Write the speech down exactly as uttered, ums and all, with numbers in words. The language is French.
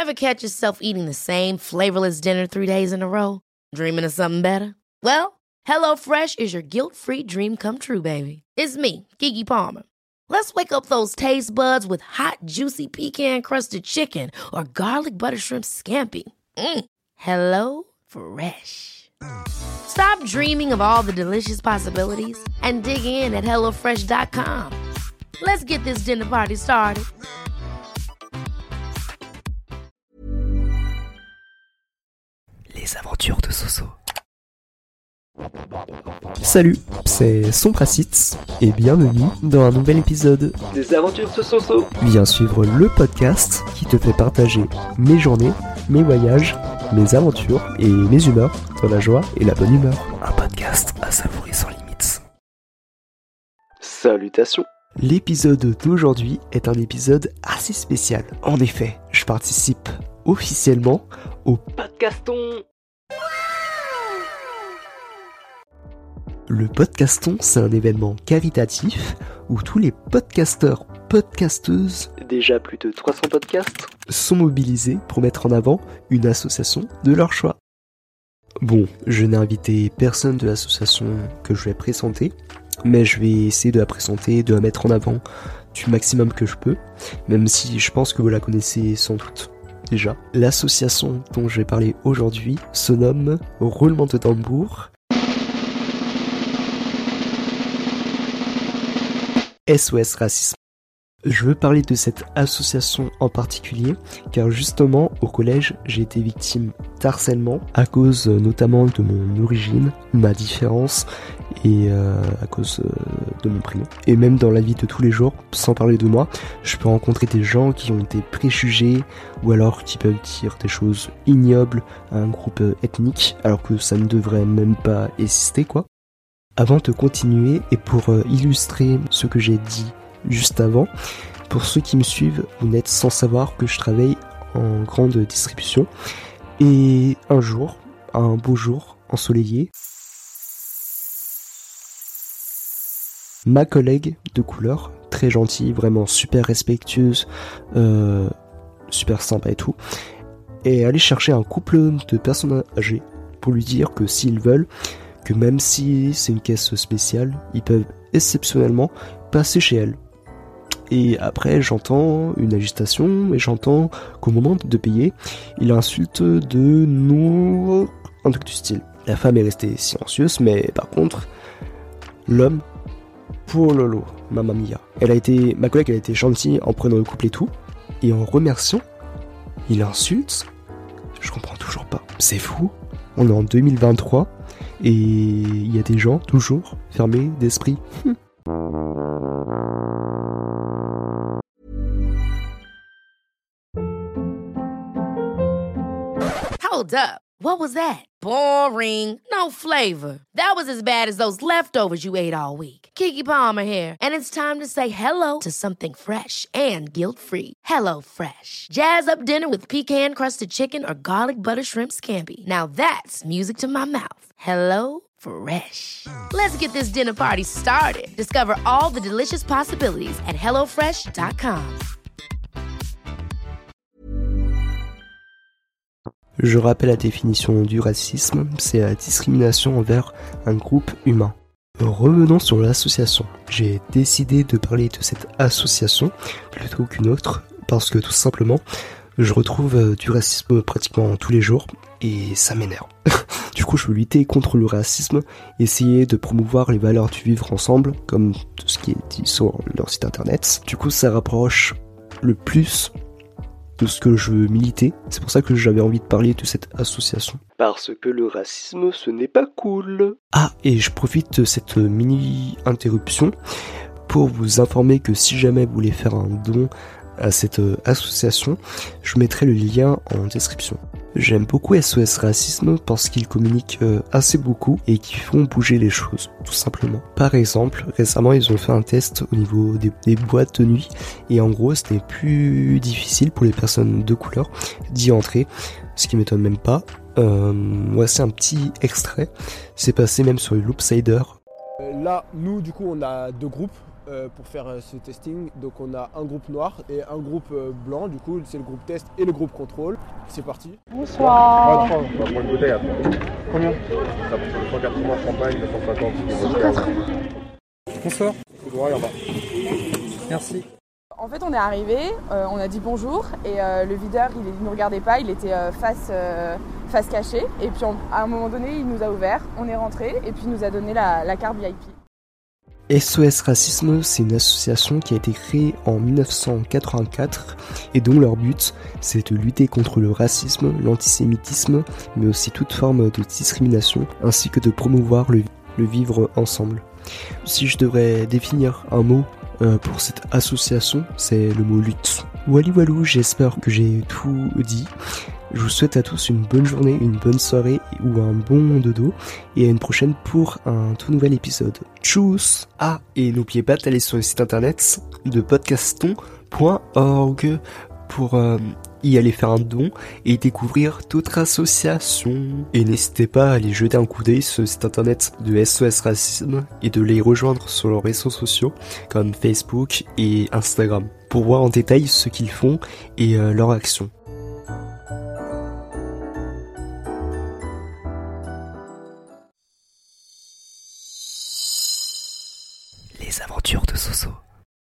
Ever catch yourself eating the same flavorless dinner three days in a row? Dreaming of something better? Well, HelloFresh is your guilt-free dream come true, baby. It's me, Keke Palmer. Let's wake up those taste buds with hot, juicy pecan-crusted chicken or garlic butter shrimp scampi. Mm. Hello Fresh. Stop dreaming of all the delicious possibilities and dig in at hello fresh dot com. Let's get this dinner party started. Les aventures de Soso. Salut, c'est Sompracitz et bienvenue dans un nouvel épisode des aventures de Soso. Viens suivre le podcast qui te fait partager mes journées, mes voyages, mes aventures et mes humeurs dans la joie et la bonne humeur. Un podcast à savourer sans limites. Salutations. L'épisode d'aujourd'hui est un épisode assez spécial. En effet, je participe officiellement au Podcaston. Le Podcaston, c'est un événement caritatif où tous les podcasteurs, podcasteuses, déjà plus de trois cents podcasts, sont mobilisés pour mettre en avant une association de leur choix. Bon, je n'ai invité personne de l'association que je vais présenter, mais je vais essayer de la présenter, de la mettre en avant du maximum que je peux, même si je pense que vous la connaissez sans doute déjà. L'association dont je vais parler aujourd'hui se nomme Roulement de tambour S O S Racisme. Je veux parler de cette association en particulier car justement au collège j'ai été victime d'harcèlement à cause euh, notamment de mon origine, ma différence et euh, à cause euh, de mon prénom. Et même dans la vie de tous les jours, sans parler de moi, je peux rencontrer des gens qui ont été préjugés ou alors qui peuvent dire des choses ignobles à un groupe ethnique alors que ça ne devrait même pas exister quoi. Avant de continuer et pour euh, illustrer ce que j'ai dit juste avant, pour ceux qui me suivent, vous n'êtes sans savoir que je travaille en grande distribution et un jour, un beau jour ensoleillé, ma collègue de couleur, très gentille, vraiment super respectueuse, euh, super sympa et tout, est allée chercher un couple de personnes âgées pour lui dire que s'ils veulent, que même si c'est une caisse spéciale, ils peuvent exceptionnellement passer chez elle. Et après, j'entends une agitation et j'entends qu'au moment de payer, il insulte de nous, un truc du style. La femme est restée silencieuse, mais par contre, l'homme, pour lolo, mamma mia. Elle a été, ma collègue, elle a été gentille en prenant le couple et tout, et en remerciant, il insulte. Je comprends toujours pas. C'est fou. On est en deux mille vingt-trois. Et il y a des gens toujours fermés d'esprit. Hold up. What was that? Boring. No flavor. That was as bad as those leftovers you ate all week. Keke Palmer here, and it's time to say hello to something fresh and guilt-free. Hello Fresh. Jazz up dinner with pecan-crusted chicken or garlic butter shrimp scampi. Now that's music to my mouth. Hello Fresh. Let's get this dinner party started. Discover all the delicious possibilities at hello fresh dot com. Je rappelle la définition du racisme, c'est la discrimination envers un groupe humain. Revenons sur l'association. J'ai décidé de parler de cette association plutôt qu'une autre parce que tout simplement, je retrouve du racisme pratiquement tous les jours et ça m'énerve. Du coup, je veux lutter contre le racisme, essayer de promouvoir les valeurs du vivre ensemble, comme tout ce qui est dit sur leur site internet. Du coup, ça rapproche le plus de ce que je veux militer. C'est pour ça que j'avais envie de parler de cette association. Parce que le racisme, ce n'est pas cool. Ah, et je profite de cette mini-interruption pour vous informer que si jamais vous voulez faire un don à cette association, je mettrai le lien en description. J'aime beaucoup S O S Racisme parce qu'ils communiquent assez beaucoup et qu'ils font bouger les choses, tout simplement. Par exemple, récemment, ils ont fait un test au niveau des, des boîtes de nuit et en gros, c'était plus difficile pour les personnes de couleur d'y entrer, ce qui m'étonne même pas. Euh, voici un petit extrait, c'est passé même sur le Loopsider. Là, nous, du coup, on a deux groupes. euh, pour faire euh, ce testing. Donc on a un groupe noir et un groupe euh, blanc, du coup c'est le groupe test et le groupe contrôle. C'est parti. Bonsoir. On va prendre une bouteille après. Combien? Ça pour cent quatre-vingts champagne, deux cent cinquante. cent quatre-vingts. Bonsoir. Tout droit, il y en a. Merci. En fait, on est arrivé, euh, on a dit bonjour et euh, le videur, il ne nous regardait pas, il était euh, face, euh, face cachée. Et puis on, à un moment donné, il nous a ouvert, on est rentré et puis il nous a donné la, la carte V I P. S O S Racisme, c'est une association qui a été créée en dix-neuf cent quatre-vingt-quatre et dont leur but, c'est de lutter contre le racisme, l'antisémitisme, mais aussi toute forme de discrimination, ainsi que de promouvoir le, le vivre ensemble. Si je devrais définir un mot euh, pour cette association, c'est le mot lutte. Wally Walou, j'espère que j'ai tout dit. Je vous souhaite à tous une bonne journée, une bonne soirée ou un bon dodo et à une prochaine pour un tout nouvel épisode. Tchuss! Ah, et n'oubliez pas d'aller sur le site internet de podcaston point org pour euh, y aller faire un don et découvrir d'autres associations. Et n'hésitez pas à aller jeter un coup d'œil sur le site internet de S O S Racisme et de les rejoindre sur leurs réseaux sociaux comme Facebook et Instagram pour voir en détail ce qu'ils font et euh, leurs actions. Les aventures de Soso.